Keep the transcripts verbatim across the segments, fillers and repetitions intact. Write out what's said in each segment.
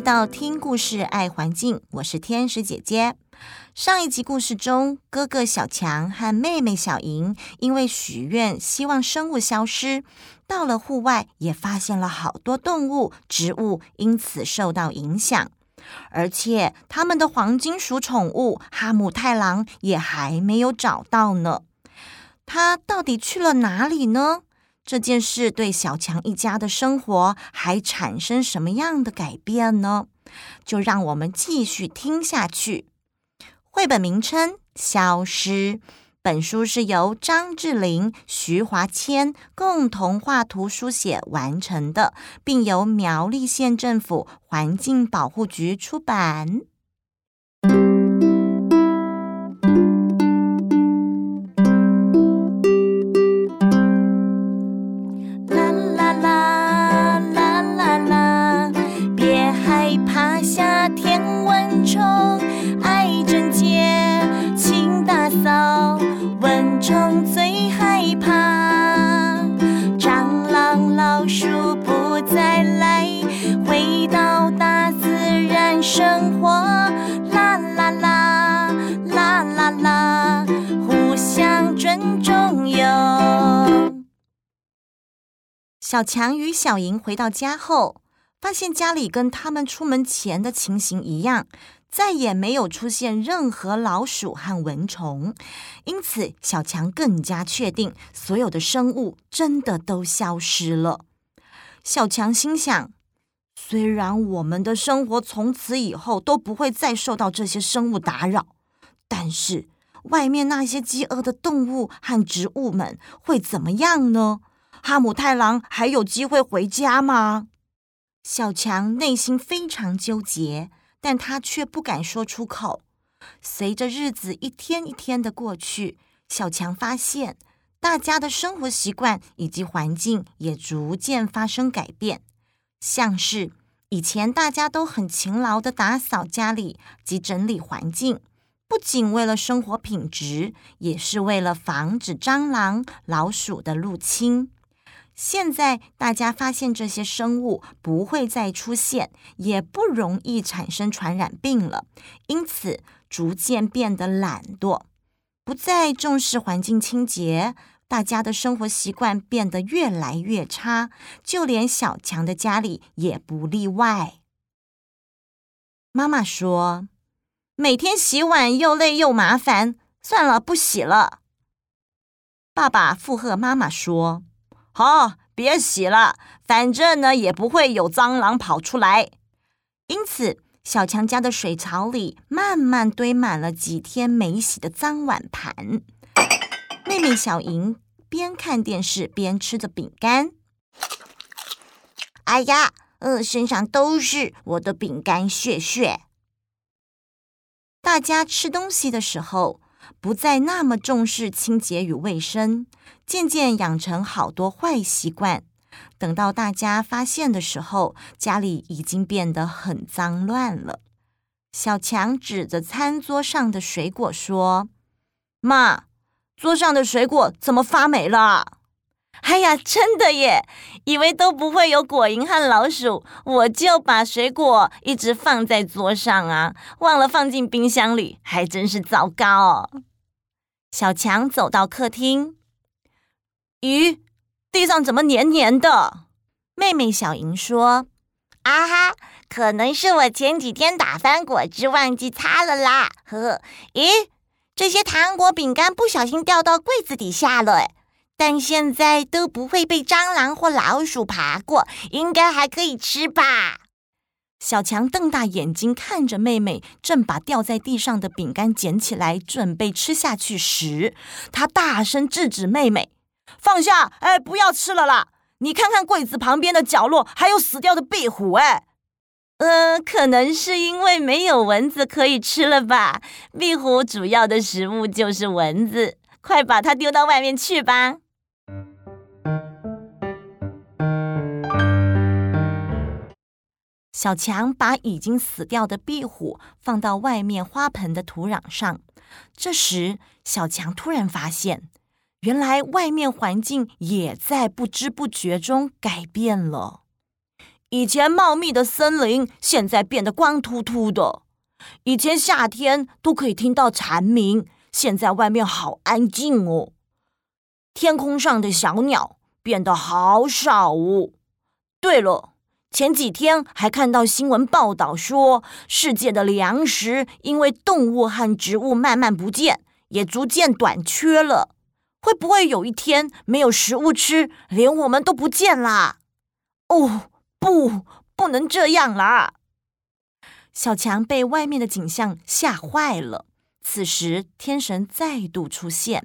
到听故事爱环境，我是天使姐姐。上一集故事中，哥哥小强和妹妹小莹因为许愿希望生物消失，到了户外也发现了好多动物、植物因此受到影响。而且他们的黄金鼠宠物哈姆太郎也还没有找到呢。他到底去了哪里呢？这件事对小强一家的生活还产生什么样的改变呢？就让我们继续听下去。绘本名称《消失》，本书是由张智霖、徐华谦共同画图书写完成的，并由苗栗县政府环境保护局出版。 蚊虫最害怕，蟑螂老鼠不再来，回到大自然生活，啦啦啦啦啦啦，互相尊重哟。 小强与小莹回到家后，发现家里跟他们出门前的情形一样，再也没有出现任何老鼠和蚊虫，因此小强更加确定所有的生物真的都消失了。小强心想，虽然我们的生活从此以后都不会再受到这些生物打扰，但是外面那些饥饿的动物和植物们会怎么样呢？哈姆太郎还有机会回家吗？小强内心非常纠结，但他却不敢说出口。随着日子一天一天的过去，小强发现大家的生活习惯以及环境也逐渐发生改变，像是以前大家都很勤劳地打扫家里及整理环境，不仅为了生活品质，也是为了防止蟑螂、老鼠的入侵。现在大家发现这些生物不会再出现，也不容易产生传染病了，因此逐渐变得懒惰，不再重视环境清洁，大家的生活习惯变得越来越差，就连小强的家里也不例外。妈妈说，每天洗碗又累又麻烦，算了，不洗了。爸爸附和妈妈说，好，别洗了，反正呢也不会有蟑螂跑出来。因此，小强家的水槽里慢慢堆满了几天没洗的脏碗盘。妹妹小莹边看电视边吃着饼干。哎呀，呃，身上都是我的饼干屑屑。大家吃东西的时候，不再那么重视清洁与卫生，渐渐养成好多坏习惯。等到大家发现的时候，家里已经变得很脏乱了。小强指着餐桌上的水果说，妈，桌上的水果怎么发霉了？哎呀，真的耶，以为都不会有果蝇和老鼠，我就把水果一直放在桌上啊，忘了放进冰箱里，还真是糟糕哦。小强走到客厅，咦，地上怎么黏黏的？妹妹小莹说， 啊哈，可能是我前几天打翻果汁忘记擦了啦。呵呵，咦，这些糖果饼干不小心掉到柜子底下了，但现在都不会被蟑螂或老鼠爬过，应该还可以吃吧。 小强瞪大眼睛看着妹妹正把掉在地上的饼干捡起来准备吃下去时，他大声制止妹妹，放下，哎，不要吃了啦，你看看柜子旁边的角落还有死掉的壁虎。哎，呃，可能是因为没有蚊子可以吃了吧，壁虎主要的食物就是蚊子，快把它丢到外面去吧。小强把已经死掉的壁虎放到外面花盆的土壤上。这时，小强突然发现，原来外面环境也在不知不觉中改变了。 以前茂密的森林现在变得光秃秃的，以前夏天都可以听到蝉鸣，现在外面好安静哦。天空上的小鸟变得好少哦。对了，前几天还看到新闻报道说，世界的粮食因为动物和植物慢慢不见，也逐渐短缺了。会不会有一天没有食物吃，连我们都不见啦？哦，不，不能这样啦！小强被外面的景象吓坏了。此时，天神再度出现。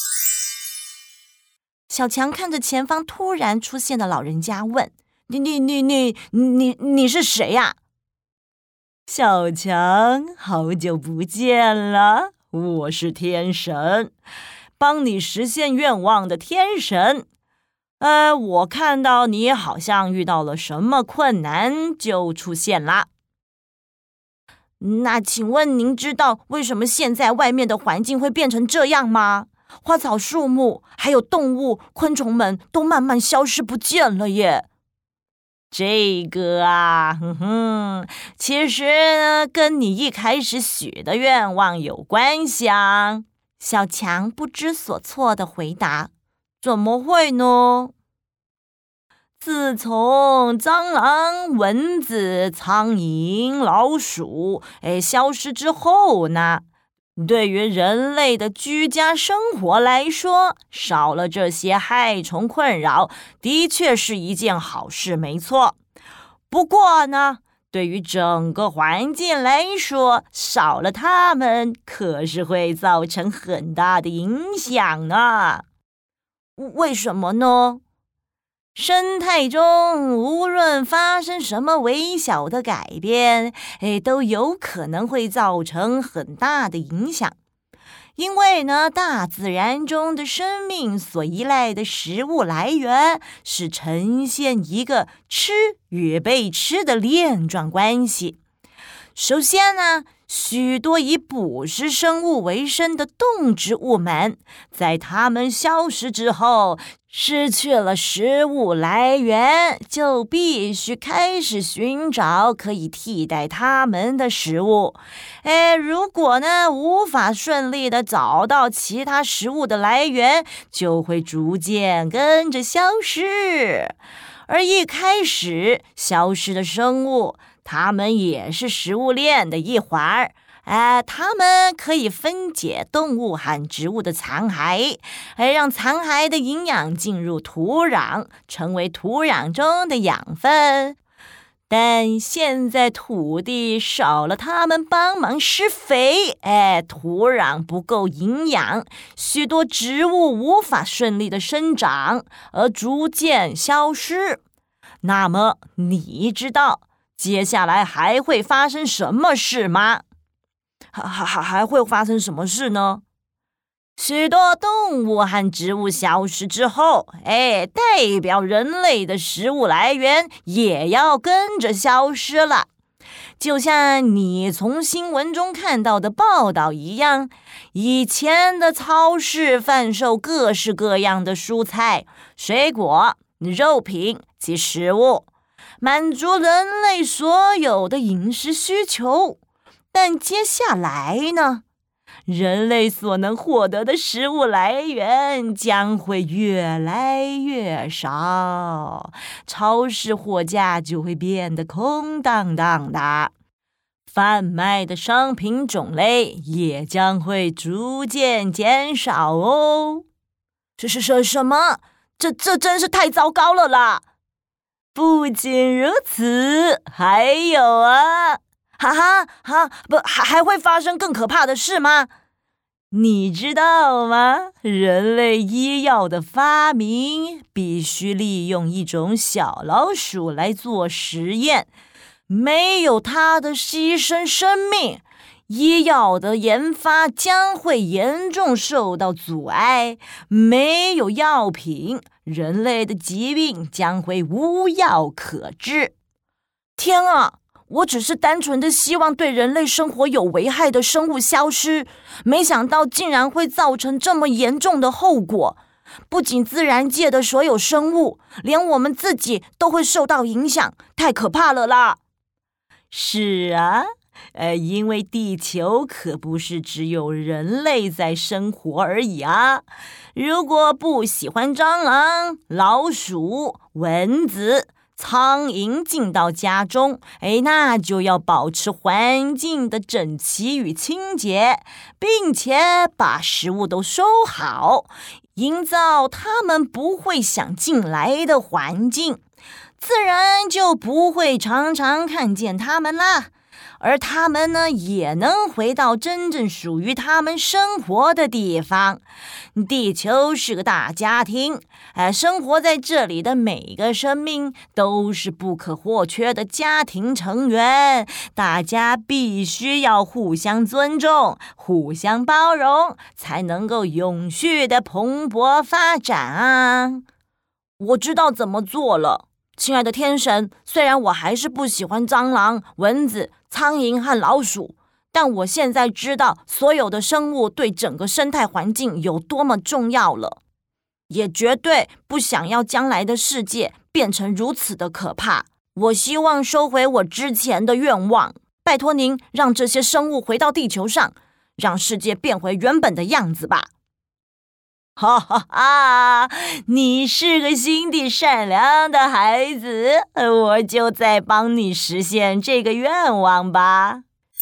小强看着前方突然出现的老人家问：“你、你、你、你、你、你是谁呀？”小强，好久不见了，我是天神，帮你实现愿望的天神。呃，我看到你好像遇到了什么困难，就出现啦。那请问您知道为什么现在外面的环境会变成这样吗？花草树木还有动物昆虫们都慢慢消失不见了耶。这个啊，哼哼，其实呢跟你一开始许的愿望有关系啊。小强不知所措地回答：怎么会呢？自从蟑螂、蚊子、苍蝇、老鼠哎消失之后呢，对于人类的居家生活来说，少了这些害虫困扰，的确是一件好事，没错。不过呢，对于整个环境来说，少了它们可是会造成很大的影响呢。为什么呢？生态中无论发生什么微小的改变，哎，都有可能会造成很大的影响。因为呢，大自然中的生命所依赖的食物来源是呈现一个吃与被吃的链状关系。首先呢，许多以捕食生物为生的动植物们，在它们消失之后，失去了食物来源，就必须开始寻找可以替代它们的食物。哎，如果呢无法顺利的找到其他食物的来源，就会逐渐跟着消失。而一开始消失的生物，它们也是食物链的一环儿。哎，它们可以分解动物和植物的残骸，哎，让残骸的营养进入土壤，成为土壤中的养分。但现在土地少了它们帮忙施肥，哎，土壤不够营养，许多植物无法顺利的生长，而逐渐消失。那么，你知道接下来还会发生什么事吗？还还还会发生什么事呢？许多动物和植物消失之后，哎，代表人类的食物来源也要跟着消失了。就像你从新闻中看到的报道一样，以前的超市贩售各式各样的蔬菜、水果、肉品及食物，满足人类所有的饮食需求。但接下来呢，人类所能获得的食物来源将会越来越少，超市货架就会变得空荡荡的，贩卖的商品种类也将会逐渐减少哦。这是什什么？这这真是太糟糕了啦！不仅如此，还有啊。哈哈哈，不，还还会发生更可怕的事吗？你知道吗？人类医药的发明必须利用一种小老鼠来做实验，没有它的牺牲生命，医药的研发将会严重受到阻碍。没有药品，人类的疾病将会无药可治。天啊！我只是单纯的希望对人类生活有危害的生物消失，没想到竟然会造成这么严重的后果。 不仅自然界的所有生物，连我们自己都会受到影响，太可怕了啦！ 是啊，呃，因为地球可不是只有人类在生活而已啊。如果不喜欢蟑螂、老鼠、蚊子、苍蝇进到家中，哎，那就要保持环境的整齐与清洁，并且把食物都收好，营造它们不会想进来的环境，自然就不会常常看见它们啦。而他们呢，也能回到真正属于他们生活的地方。地球是个大家庭，呃，生活在这里的每个生命都是不可或缺的家庭成员，大家必须要互相尊重、互相包容，才能够永续的蓬勃发展啊！ 我知道怎么做了。亲爱的天神，虽然我还是不喜欢蟑螂、蚊子、苍蝇和老鼠，但我现在知道所有的生物对整个生态环境有多么重要了，也绝对不想要将来的世界变成如此的可怕。我希望收回我之前的愿望，拜托您让这些生物回到地球上，让世界变回原本的样子吧。 哈哈哈！你是个心地善良的孩子，我就再帮你实现这个愿望吧。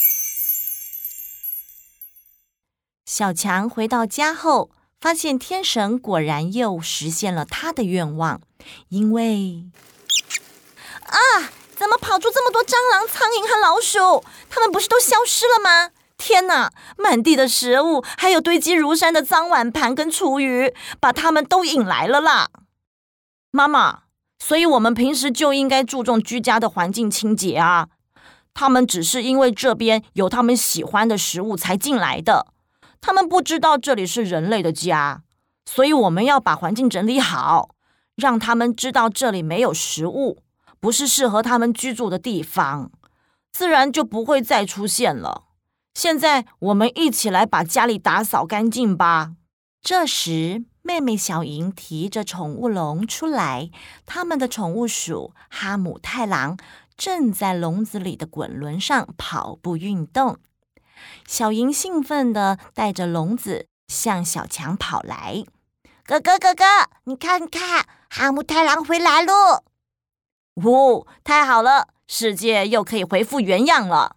小强回到家后，发现天神果然又实现了他的愿望，因为啊，怎么跑出这么多蟑螂、苍蝇和老鼠？它们不是都消失了吗？天哪，满地的食物，还有堆积如山的脏碗盘跟厨余，把它们都引来了啦。妈妈，所以我们平时就应该注重居家的环境清洁啊。他们只是因为这边有他们喜欢的食物才进来的，他们不知道这里是人类的家，所以我们要把环境整理好，让他们知道这里没有食物，不是适合他们居住的地方，自然就不会再出现了。现在我们一起来把家里打扫干净吧。这时，妹妹小莹提着宠物笼出来，他们的宠物鼠哈姆太郎正在笼子里的滚轮上跑步运动。小莹兴奋地带着笼子向小强跑来。 哥哥哥哥，你看看，哈姆太郎回来了！ 哦，太好了，世界又可以恢复原样了。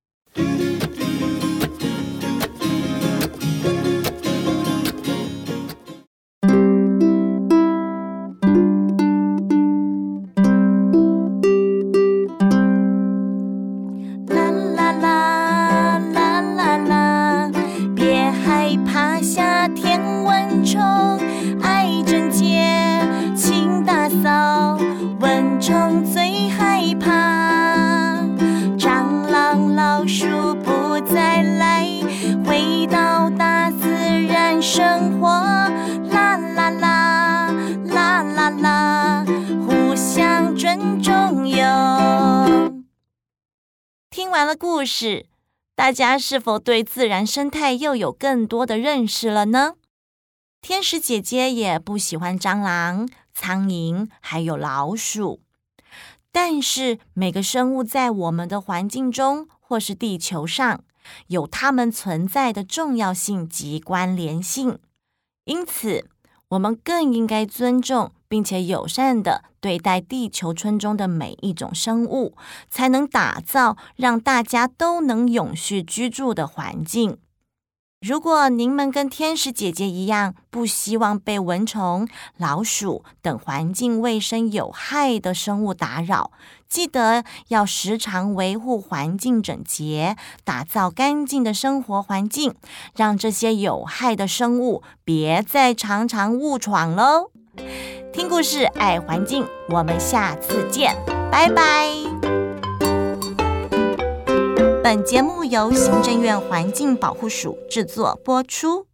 蚊虫最害怕，蟑螂老鼠不再来，回到大自然生活，啦啦啦啦啦啦，互相尊重哟。 听完了故事，大家是否对自然生态又有更多的认识了呢？天使姐姐也不喜欢蟑螂、苍蝇还有老鼠，但是每个生物在我们的环境中或是地球上有它们存在的重要性及关联性，因此我们更应该尊重并且友善地对待地球村中的每一种生物，才能打造让大家都能永续居住的环境。如果您们跟天使姐姐一样，不希望被蚊虫、老鼠等环境卫生有害的生物打扰，记得要时常维护环境整洁，打造干净的生活环境，让这些有害的生物别再常常误闯喽。听故事，爱环境，我们下次见，拜拜。本节目由行政院环境保护署制作播出。